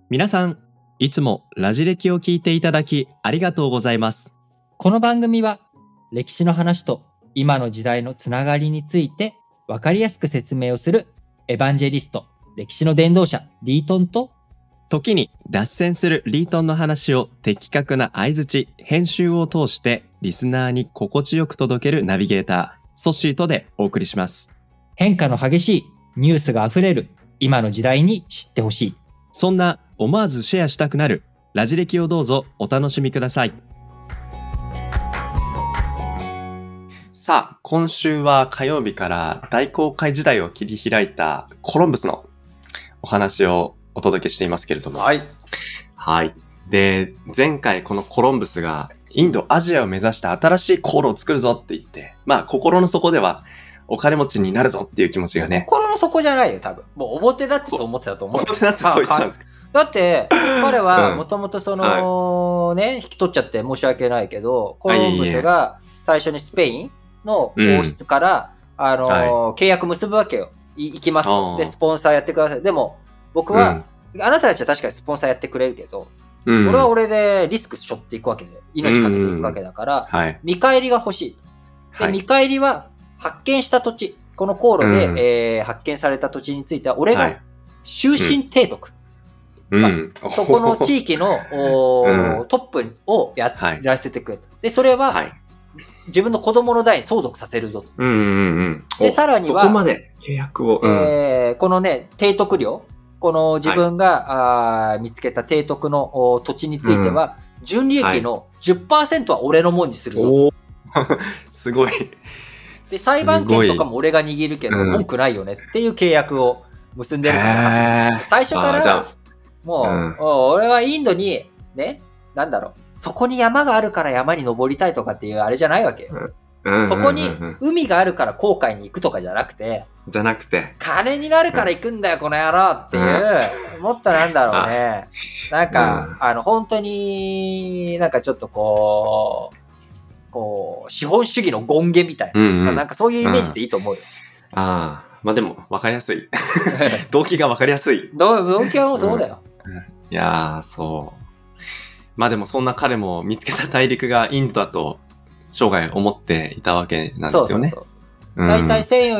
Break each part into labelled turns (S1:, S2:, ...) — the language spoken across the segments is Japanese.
S1: 皆さん、いつもラジ歴を聞いていただきありがとうございます。
S2: この番組は歴史の話と今の時代のつながりについて分かりやすく説明をするエヴァンジェリスト、歴史の伝道者リートンと、
S1: 時に脱線するリートンの話を的確な相槌、編集を通してリスナーに心地よく届けるナビゲーター、ソッシーとでお送りします。
S2: 変化の激しいニュースがあふれる今の時代に知ってほしい。
S1: そんな思わずシェアしたくなるラジ歴をどうぞお楽しみください。さあ、今週は火曜日から大航海時代を切り開いたコロンブスのお話をお届けしていますけれども。
S2: はい。
S1: はい。で、前回このコロンブスがインド、アジアを目指して新しい航路を作るぞって言って、まあ心の底ではお金持ちになるぞっていう気持ちがね。
S2: 心の底じゃないよ、多分。もう表だってそう思ってたと思う。
S1: 表だってそう言ってたんですか。
S2: だって、彼はもともとその、ね、引き取っちゃって申し訳ないけど、コロンブスが最初にスペインの王室から、契約結ぶわけよ。行きますと。で、スポンサーやってください。でも、僕は、あなたたちは確かにスポンサーやってくれるけど、俺は俺でリスク背負っていくわけで、命かけていくわけだから、見返りが欲しい。で、見返りは、発見した土地、この航路で、発見された土地については、俺が終身提督。そこの地域の、トップをやらせてくれと。で、それは、自分の子供の代に相続させるぞと。で、さらには、
S1: そこまで契約を、
S2: このね、提督料、この自分が、見つけた提督の土地については、純利益の 10% は俺のもんにするぞ。
S1: すごい。
S2: で、裁判権とかも俺が握るけど、文句ないよねっていう契約を結んでるから、最初から、もう、俺はインドに、ね、なんだろう、そこに山があるから山に登りたいとかっていうあれじゃないわけよ。そこに海があるから航海に行くとかじゃなくて、金になるから行くんだよ、この野郎っていう、もっとなんだろうね。なんか、本当になんかちょっとこう、資本主義の権限みたいな。なんかそういうイメージでいいと思うよ。
S1: まあでも分かりやすい。動機が分かりやすい。
S2: 動機はもうそうだよ。
S1: いやー、そう。まあでもそんな彼も見つけた大陸がインドだと生涯思っていたわけなんですよね。
S2: だいたい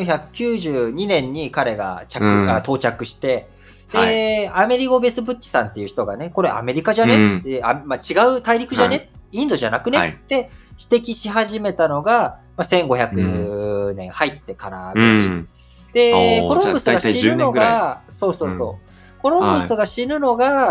S2: 1492年に彼が到着して、で、アメリゴ・ベスプッチさんっていう人がね、これアメリカじゃね、違う大陸じゃね、インドじゃなくねって指摘し始めたのが、1500年入ってからで、コロンブスが死ぬのが、コロンブスが死ぬのが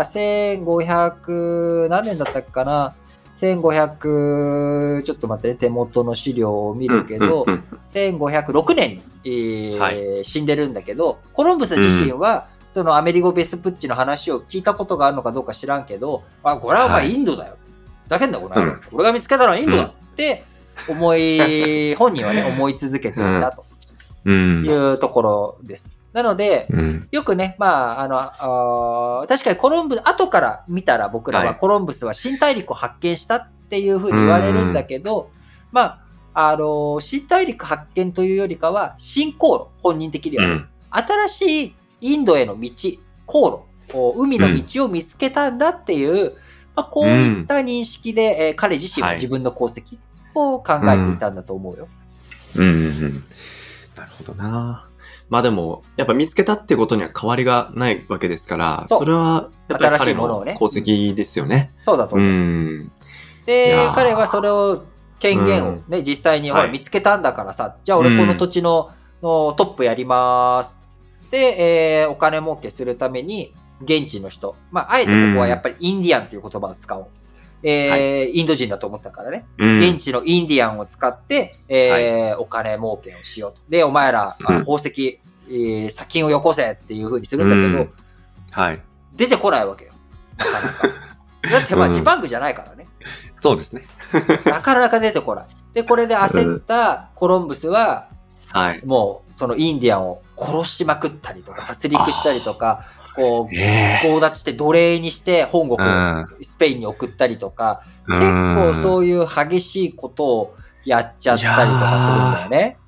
S2: 1500何年だったっけかな、1500、ちょっと待ってね、手元の資料を見るけど、1506年に、死んでるんだけど、コロンブス自身は、そのアメリゴ・ベスプッチの話を聞いたことがあるのかどうか知らんけど、これはお前インドだよ。だけんだ、これ。俺が見つけたのはインドだって本人はね、思い続けていたというところです。なので、よくね、確かにコロンブス、後から見たら僕らはコロンブスは新大陸を発見したっていうふうに言われるんだけど、新大陸発見というよりかは、新航路、本人的には、新しいインドへの道、航路、海の道を見つけたんだっていう、こういった認識で、彼自身は自分の功績を考えていたんだと思うよ。
S1: なるほどな。まあでも、やっぱ見つけたってことには変わりがないわけですから、それはやっぱり彼の功績ですよね。
S2: そうだと思う。で、彼はそれを、権限をね、実際に見つけたんだからさ、じゃあ俺この土地のトップやります。で、お金儲けするために、現地の人、あえてここはやっぱりインディアンという言葉を使おう。インド人だと思ったからね。現地のインディアンを使って、お金儲けをしようと。で、お前ら、宝石、砂金をよこせっていう風にするんだけど、出てこないわけよ。なかなか。だってジパングじゃないからね。
S1: そうですね。
S2: なかなか出てこない。で、これで焦ったコロンブスは、もう、そのインディアンを殺しまくったりとか、殺戮したりとか、こう、強奪して奴隷にして本国、スペインに送ったりとか、結構そういう激しいことをやっちゃったりとかするんだよね。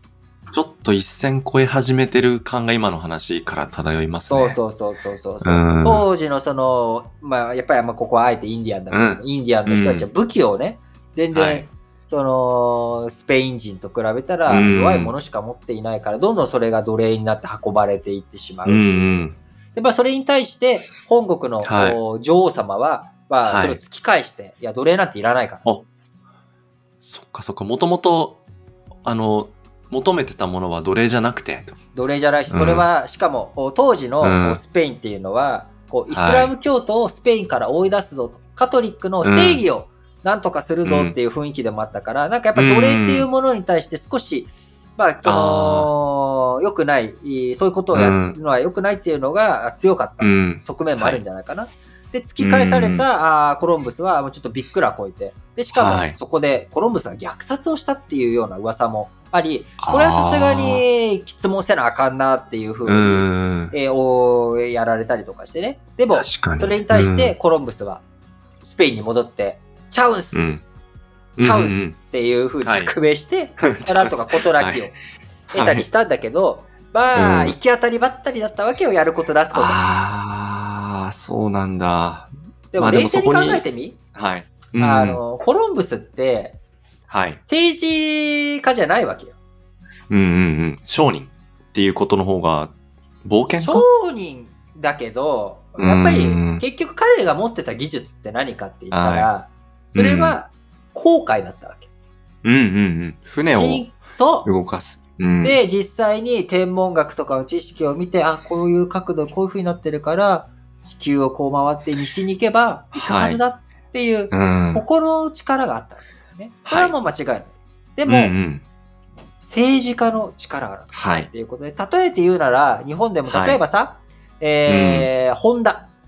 S1: ちょっと一線超え始めてる感が今の話から漂いますね。
S2: そう。当時のまあ、やっぱりここはあえてインディアンだけど、インディアンの人たちは武器をね、全然、スペイン人と比べたら弱いものしか持っていないから、どんどんそれが奴隷になって運ばれていってしまう。で、まあ、それに対して、本国の、女王様は、まあ、それを突き返して、いや、奴隷なんていらないから。
S1: そっか。もともと、求めてたものは奴隷じゃなくて。
S2: 奴隷じゃないし、それは、しかも、当時のスペインっていうのは、イスラム教徒をスペインから追い出すぞと、カトリックの正義をなんとかするぞっていう雰囲気でもあったから、なんかやっぱ奴隷っていうものに対して少し、まあ、良くない、そういうことをやるのは良くないっていうのが強かった側面もあるんじゃないかな。で、突き返されたコロンブスはもうちょっとびっくらこいて、で、しかもそこでコロンブスが虐殺をしたっていうような噂もあり、これはさすがに質問せなあかんなっていう風に、やられたりとかしてね。でも、それに対してコロンブスはスペインに戻って、チャウスっていう風に釈明して、なんとか事なきを得たりしたんだけど、まあ、行き当たりばったりだったわけよ、やること出すこと。
S1: そうなんだ。
S2: でも冷静に考えてみ？
S1: はい。
S2: コロンブスって、政治家じゃないわけよ。
S1: 商人っていうことの方が、冒険か？
S2: 商人だけど、やっぱり結局彼が持ってた技術って何かって言ったら、それは航海だったわけ。
S1: 船を動かす。
S2: で、実際に天文学とかの知識を見て、こういう角度、こういう風になってるから、地球をこう回って西に行けば行くはずだっていう、心の力があったわけですよね。これはもう間違いない。でも、政治家の力があるっていうことで、例えて言うなら、日本でも例えばさ、本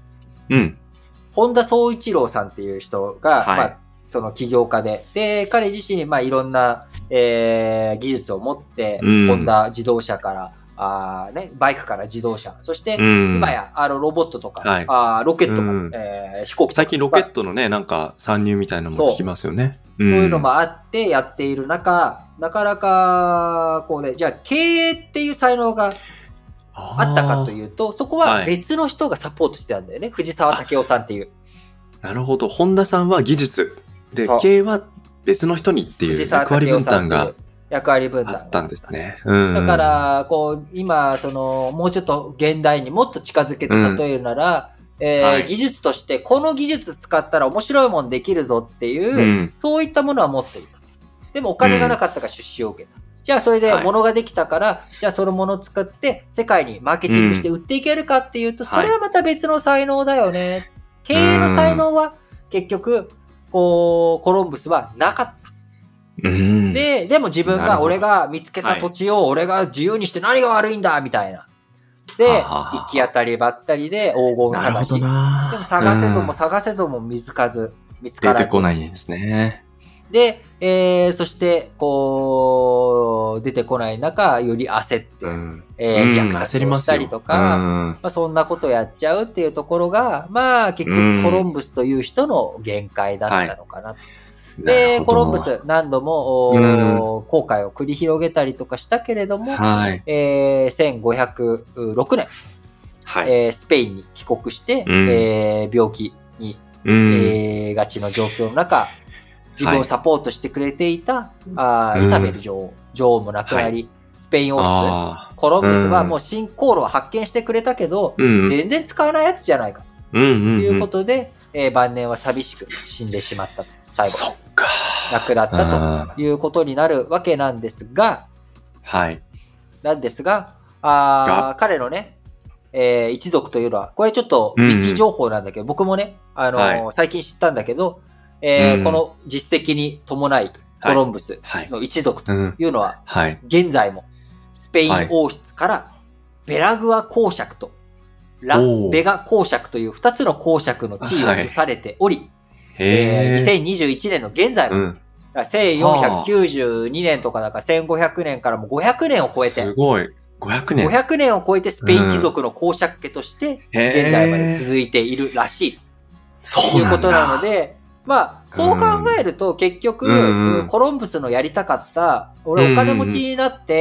S2: 田宗一郎さんっていう人が、まあ、その起業家で、彼自身にまあいろんな、技術を持って、ホンダ自動車からバイクから自動車、そして今やロボットとか、ロケットも、飛行機とか。
S1: 最近ロケットのね、なんか参入みたいなのも聞きますよね。
S2: そういうのもあってやっている中、なかなかこうね、じゃあ経営っていう才能があったかというと、そこは別の人がサポートしてたんだよね。藤沢武雄さんっていう。
S1: なるほど。本田さんは技術。で、経営は別の人にっていう役割分担があったんですね。
S2: だから、今、もうちょっと現代にもっと近づけて例えるなら、技術としてこの技術使ったら面白いもんできるぞっていう、そういったものは持っていた。でもお金がなかったから出資を受けた。じゃあそれで物ができたから、じゃあその物を使って世界にマーケティングして売っていけるかっていうと、それはまた別の才能だよね。経営の才能は結局、コロンブスはなかった。でも自分が、俺が見つけた土地を俺が自由にして何が悪いんだみたいな。で、行き当たりばったりで黄金探し。でも探せども見つからず。
S1: 出てこないんですね。
S2: で、そして、出てこない中、より焦って、虐殺をしたりとか、そんなことやっちゃうっていうところが、まあ、結局コロンブスという人の限界だったのかな。で、コロンブス何度も、航海を繰り広げたりとかしたけれども、1506年、スペインに帰国して、病気に、がちの状況の中、自分をサポートしてくれていた、イサベル女王も亡くなり、スペイン王室、コロンブスはもう新航路を発見してくれたけど、全然使わないやつじゃないかということで、晩年は寂しく死んでしまったと。最後亡くなったということになるわけなんですが、彼のね、一族というのは、これちょっとウィキ情報なんだけど、僕もね、最近知ったんだけど、この実績に伴い、コロンブスの一族というのは、現在もスペイン王室からベラグア公爵とベガ公爵という2つの公爵の地位を移されており、2021年の現在も、1492年とかだから1500年からも500年を超えて、
S1: すごい。
S2: 500年を超えてスペイン貴族の公爵家として、現在まで続いているらしい。ということなので、 まあ、そう考えると、結局、コロンブスのやりたかった、俺お金持ちになって、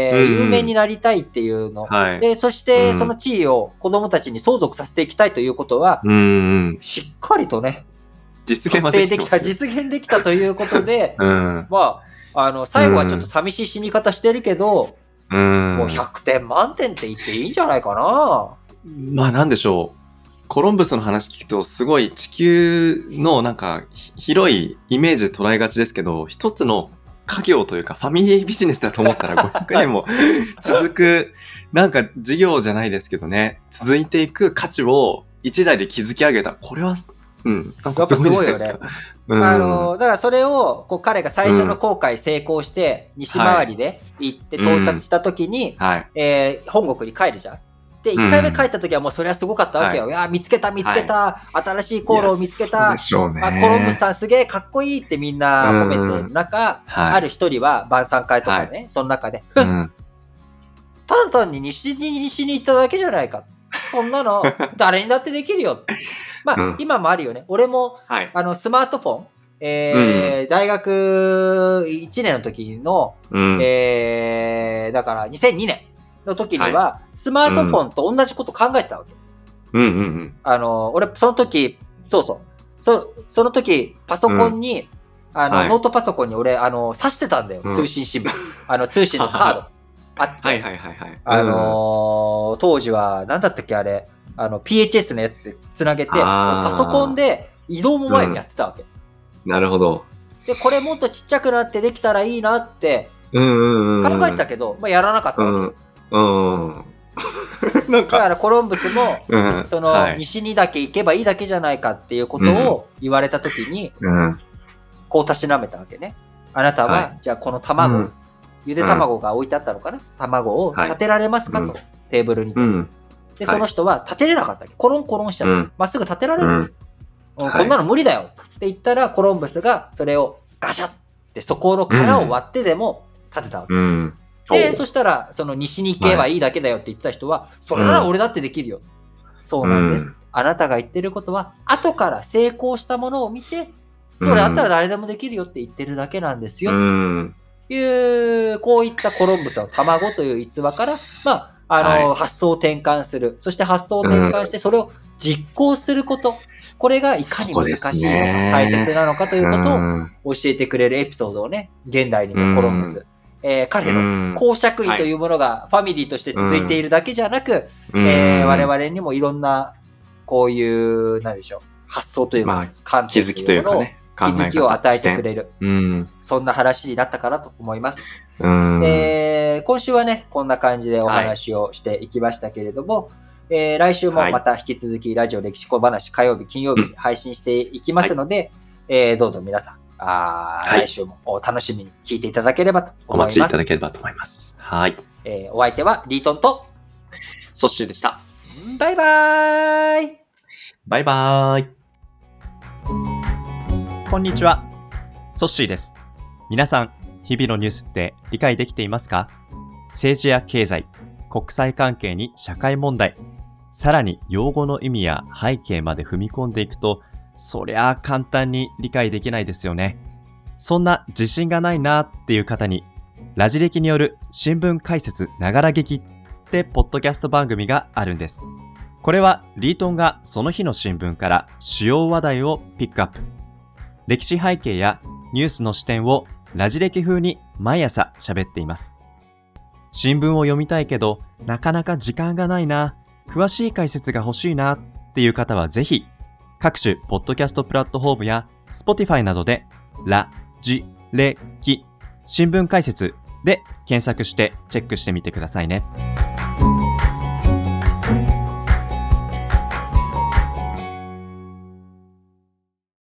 S2: 有名になりたいっていうの。で、そしてその地位を子供たちに相続させていきたいということは、しっかりとね、
S1: 実現
S2: できたということで、まあ、最後はちょっと寂しい死に方してるけど、もう100点満点って言っていいんじゃないかな。
S1: まあなんでしょう。コロンブスの話聞くとすごい地球のなんか広いイメージで捉えがちですけど、一つの家業というかファミリービジネスだと思ったら500年も続くなんか事業じゃないですけどね、続いていく価値を一代で築き上げた。これはなんかすごいじゃないですか。
S2: だからそれをこう彼が最初の航海成功して西回りで行って到達した時に、本国に帰るじゃん。で、1回目帰った時はもうそれはすごかったわけよ。いや、見つけた、新しい航路を見つけた。
S1: コ
S2: ロンブスさんすげえかっこいいってみんな褒めてる中、ある一人は晩餐会とかね、その中で、ただ単に西に行っただけじゃないか。そんなの誰にだってできるよ。まあ、今もあるよね。俺も、スマートフォン、大学1年の時の、だから2002年。の時には、スマートフォンと同じこと考えてたわけ。俺、その時、その時、パソコンに、ノートパソコンに俺、挿してたんだよ。通信SIM。通信のカード。あって。当時は、なんだったっけあれ、PHS のやつで繋げて、パソコンで移動も前にやってたわけ。
S1: なるほど。
S2: で、これもっとちっちゃくなってできたらいいなって、考えてたけど、まあ、やらなかったわけ。だからコロンブスも、その、西にだけ行けばいいだけじゃないかっていうことを言われたときに、こうたしなめたわけね。あなたは、じゃあこの卵、ゆで卵が置いてあったのかな、卵を立てられますかと、テーブルに。で、その人は立てれなかったわけ。コロンコロンしちゃった。まっすぐ立てられる。こんなの無理だよって言ったら、コロンブスがそれをガシャってそこの殻を割ってでも立てたわけ。で、そしたら、その西に行けばいいだけだよって言ってた人は、それなら俺だってできるよ。そうなんです。あなたが言ってることは、後から成功したものを見て、それあったら誰でもできるよって言ってるだけなんですよ。いう、こういったコロンブスの卵という逸話から、まあ、発想を転換する。そして発想を転換してそれを実行すること。これがいかに難しいのか、大切なのかということを教えてくれるエピソードをね、現代にもコロンブス。彼の公爵位というものがファミリーとして続いているだけじゃなく、我々にもいろんな、こういう、なんでしょう、発想というか、
S1: 気づきというかね、
S2: 気づきを与えてくれる。そんな話になったかなと思います。今週はね、こんな感じでお話をしていきましたけれども、来週もまた引き続きラジオ歴史小話火曜日、金曜日に配信していきますので、どうぞ皆さん、来週もお楽しみに聞いていただければと思います。
S1: お待ちいただければと思います。はい。
S2: お相手はリートンと
S1: ソッシーでした。
S2: バイバーイ。
S1: バイバーイ。
S3: こんにちは。ソッシーです。皆さん、日々のニュースって理解できていますか？政治や経済、国際関係に社会問題、さらに用語の意味や背景まで踏み込んでいくと、そりゃあ簡単に理解できないですよね。そんな自信がないなっていう方に、ラジ歴による新聞解説ながら劇ってポッドキャスト番組があるんです。これはリートンがその日の新聞から主要話題をピックアップ。歴史背景やニュースの視点をラジ歴風に毎朝喋っています。新聞を読みたいけど、なかなか時間がないな、詳しい解説が欲しいなっていう方はぜひ、各種ポッドキャストプラットフォームや Spotify などでラジレキ新聞解説で検索してチェックしてみてくださいね。